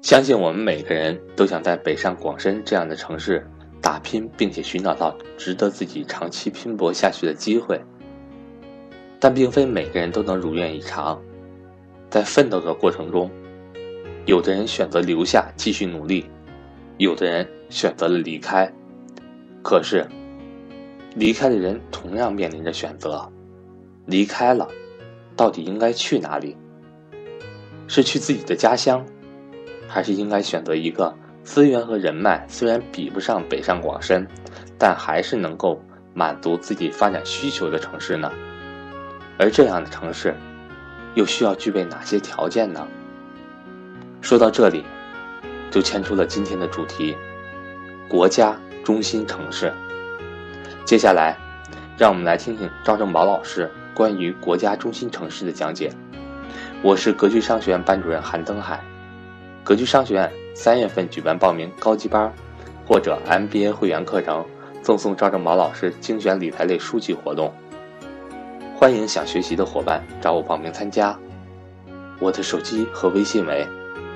相信我们每个人都想在北上广深这样的城市打拼，并且寻找到值得自己长期拼搏下去的机会，但并非每个人都能如愿以偿。在奋斗的过程中，有的人选择留下继续努力，有的人选择了离开。可是离开的人同样面临着选择，离开了到底应该去哪里？是去自己的家乡，还是应该选择一个资源和人脉虽然比不上北上广深，但还是能够满足自己发展需求的城市呢？而这样的城市又需要具备哪些条件呢？说到这里，就牵出了今天的主题：国家中心城市。接下来让我们来听听赵正宝老师关于国家中心城市的讲解。我是格局商学院班主任韩登海。格局商学院3月份举办报名高级班或者 MBA 会员课程，赠送赵正宝老师精选理财类书籍活动，欢迎想学习的伙伴找我报名参加。我的手机和微信为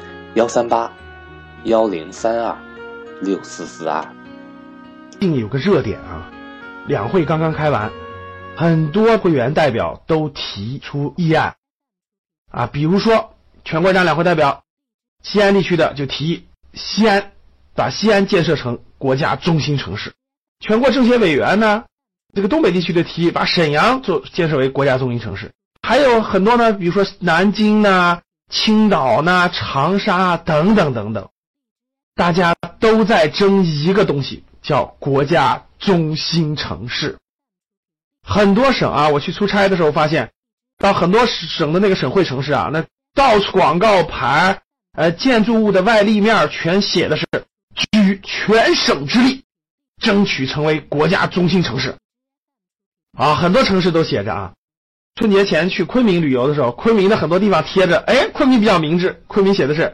138-1032-6442。 定有个热点啊，两会刚刚开完，很多会员代表都提出议案啊，比如说全国人大两会代表西安地区的就提议把西安建设成国家中心城市，全国政协委员呢，这个东北地区的提议把沈阳建设为国家中心城市，还有很多呢，比如说南京啊、青岛呢、长沙等等等等，大家都在争一个东西，叫国家中心城市。很多省啊，我去出差的时候发现，到很多省的那个省会城市啊，那到处广告牌，建筑物的外立面全写的是举全省之力争取成为国家中心城市啊，很多城市都写着啊。春节前去昆明旅游的时候，昆明的很多地方贴着，昆明比较明智，昆明写的是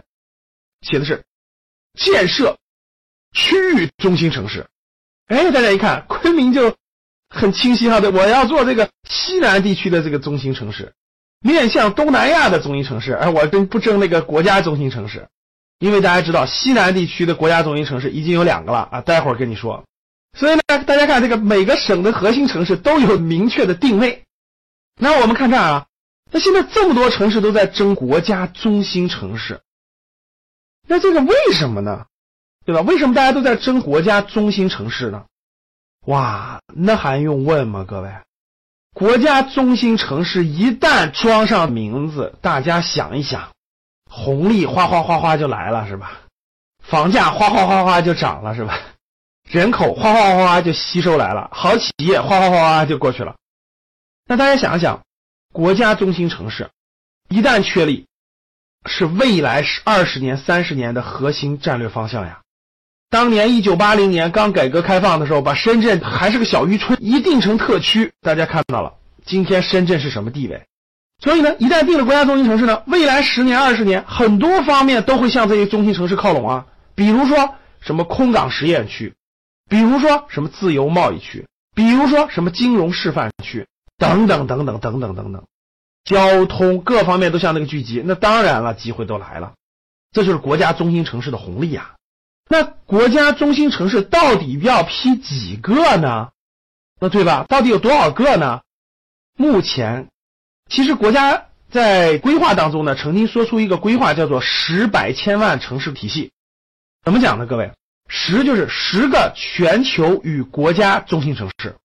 建设区域中心城市。大家一看昆明就很清晰哈，我要做这个西南地区的这个中心城市，面向东南亚的中心城市，我不争那个国家中心城市。因为大家知道西南地区的国家中心城市已经有2个了啊，待会儿跟你说。所以呢，大家看这个每个省的核心城市都有明确的定位。那我们看看啊，那现在这么多城市都在争国家中心城市，那这个为什么呢？对吧？为什么大家都在争国家中心城市呢？哇，那还用问吗？各位，国家中心城市一旦装上名字，大家想一想，红利哗哗哗哗就来了，是吧？房价哗哗哗哗就涨了，是吧？人口哗哗哗哗就吸收来了，好企业哗哗哗哗就过去了。那大家想一想，国家中心城市一旦确立，是未来20年、30年的核心战略方向呀。当年1980年刚改革开放的时候，把深圳还是个小渔村一定成特区，大家看到了今天深圳是什么地位。所以呢，一旦定了国家中心城市呢，未来10年、20年很多方面都会向这些中心城市靠拢啊。比如说什么空港实验区，比如说什么自由贸易区，比如说什么金融示范区，等等等等等等等等，交通各方面都向那个聚集，那当然了，机会都来了。这就是国家中心城市的红利啊。那国家中心城市到底要批几个呢？那对吧？到底有多少个呢？目前其实国家在规划当中呢，曾经说出一个规划叫做10百千万城市体系。怎么讲呢？各位，10就是10个全球与国家中心城市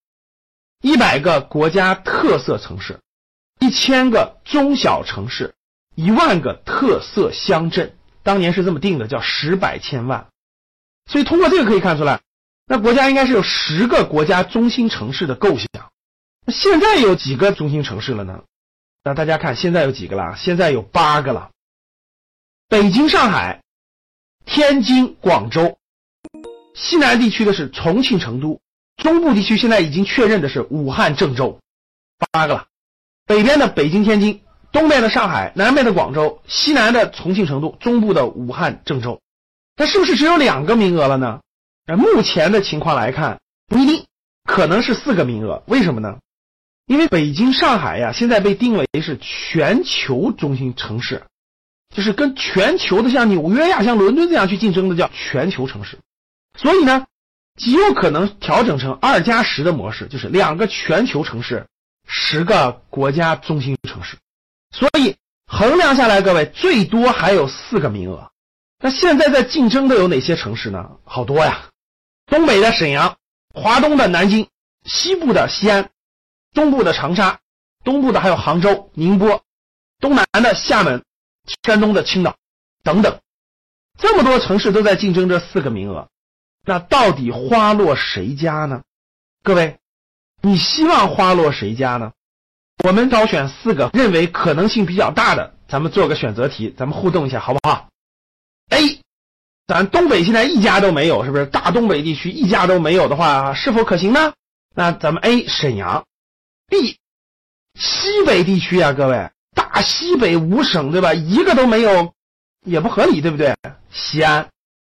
，100个国家特色城市，1000个中小城市，10000个特色乡镇。当年是这么定的，叫10百千万。所以通过这个可以看出来，那国家应该是有10个国家中心城市的构想。那现在有几个中心城市了呢？那大家看现在有几个了？现在有8个了。北京、上海、天津、广州，西南地区的是重庆、成都，中部地区现在已经确认的是武汉、郑州，8个了。北边的北京、天津，东边的上海，南边的广州，西南的重庆、成都，中部的武汉、郑州。那是不是只有2个名额了呢？目前的情况来看不一定，可能是4个名额。为什么呢？因为北京、上海呀，现在被定为是全球中心城市， 就是跟全球的像纽约呀、像伦敦这样去竞争的叫全球城市。所以呢，极有可能调整成2+10的模式，就是2个全球城市，10个国家中心城市。所以衡量下来，各位最多还有4个名额。那现在在竞争的有哪些城市呢？好多呀，东北的沈阳，华东的南京，西部的西安，东部的长沙，东部的还有杭州、宁波，东南的厦门，山东的青岛等等，这么多城市都在竞争这4个名额。那到底花落谁家呢？各位，你希望花落谁家呢？我们挑选4个认为可能性比较大的，咱们做个选择题，咱们互动一下好不好？ A， 咱东北现在一家都没有，是不是？大东北地区一家都没有的话，是否可行呢？那咱们 A 沈阳。 B 西北地区啊，各位，大西北5省，对吧？一个都没有也不合理，对不对？西安。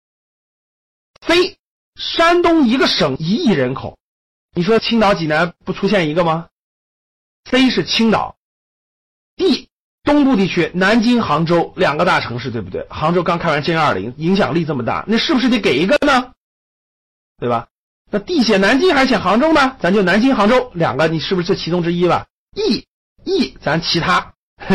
C 山东1个省1亿人口，你说青岛济南不出现一个吗？ C 是青岛。 D 东部地区南京杭州2个大城市，对不对？杭州刚开完歼20，影响力这么大，那是不是得给一个呢？对吧？那 D 写南京还是写杭州呢？咱就南京杭州2个，你是不是这其中之一吧？ E 咱其他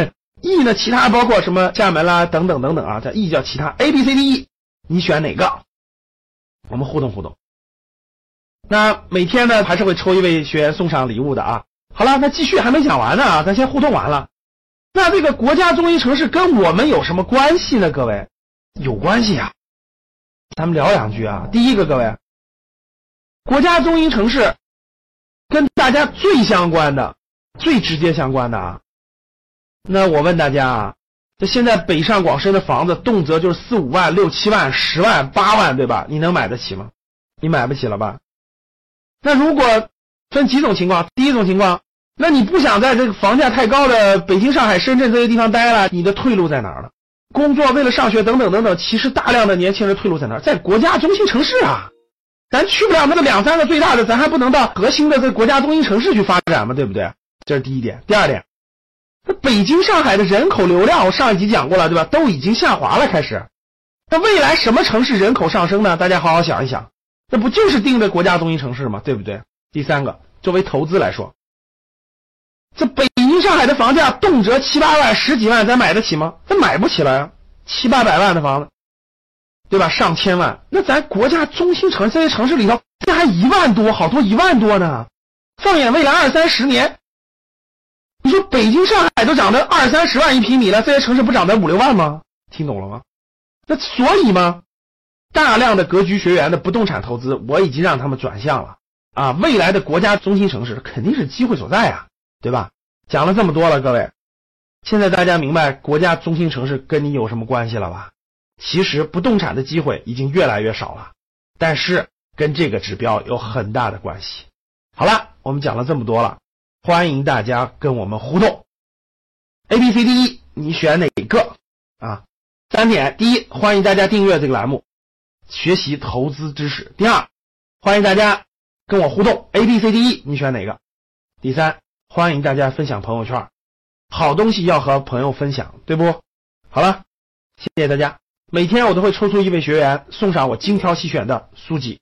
E 呢，其他包括什么厦门啦等等等等啊，这 E 叫其他。 A B C D E 你选哪个？我们互动互动。那每天呢还是会抽一位学员送上礼物的啊。好了，那继续还没讲完呢啊，咱先互动完了。那这个国家中心城市跟我们有什么关系呢？各位，有关系啊。咱们聊2句啊。第一个，各位，国家中心城市跟大家最相关的、最直接相关的啊。那我问大家啊，这现在北上广深的房子动辄就是4、5万、6、7万、10万、8万，对吧？你能买得起吗？你买不起了吧？那如果分几种情况，第一种情况，那你不想在这个房价太高的北京、上海、深圳这些地方待了，你的退路在哪儿呢？工作为了上学等等等等，其实大量的年轻人退路在哪儿？在国家中心城市啊。咱去不了那个2、3个最大的，咱还不能到核心的这国家中心城市去发展吗？对不对？这是第一点。第二点，那北京、上海的人口流量，我上一集讲过了，对吧？都已经下滑了，开始。那未来什么城市人口上升呢？大家好好想一想，那不就是定的国家中心城市吗？对不对？第三个，作为投资来说，这北京、上海的房价动辄7、8万、10几万，咱买得起吗？咱买不起了呀，7、8百万的房子，对吧？上千万。那咱国家中心城这些城市里头，这还1万多，好多1万多呢。放眼未来20、30年，你说北京、上海都涨得20、30万1平米了，这些城市不涨得5、6万吗？听懂了吗？那所以嘛，大量的格局学员的不动产投资，我已经让他们转向了啊。未来的国家中心城市肯定是机会所在啊，对吧？讲了这么多了，各位，现在大家明白国家中心城市跟你有什么关系了吧？其实不动产的机会已经越来越少了，但是跟这个指标有很大的关系。好了，我们讲了这么多了，欢迎大家跟我们互动。ABCDE 你选哪个啊？3点，第一，欢迎大家订阅这个栏目，学习投资知识。第二，欢迎大家跟我互动 ABCDE 你选哪个？第三，欢迎大家分享朋友圈，好东西要和朋友分享，对不？好了，谢谢大家。每天我都会抽出一位学员送上我精挑细选的书籍。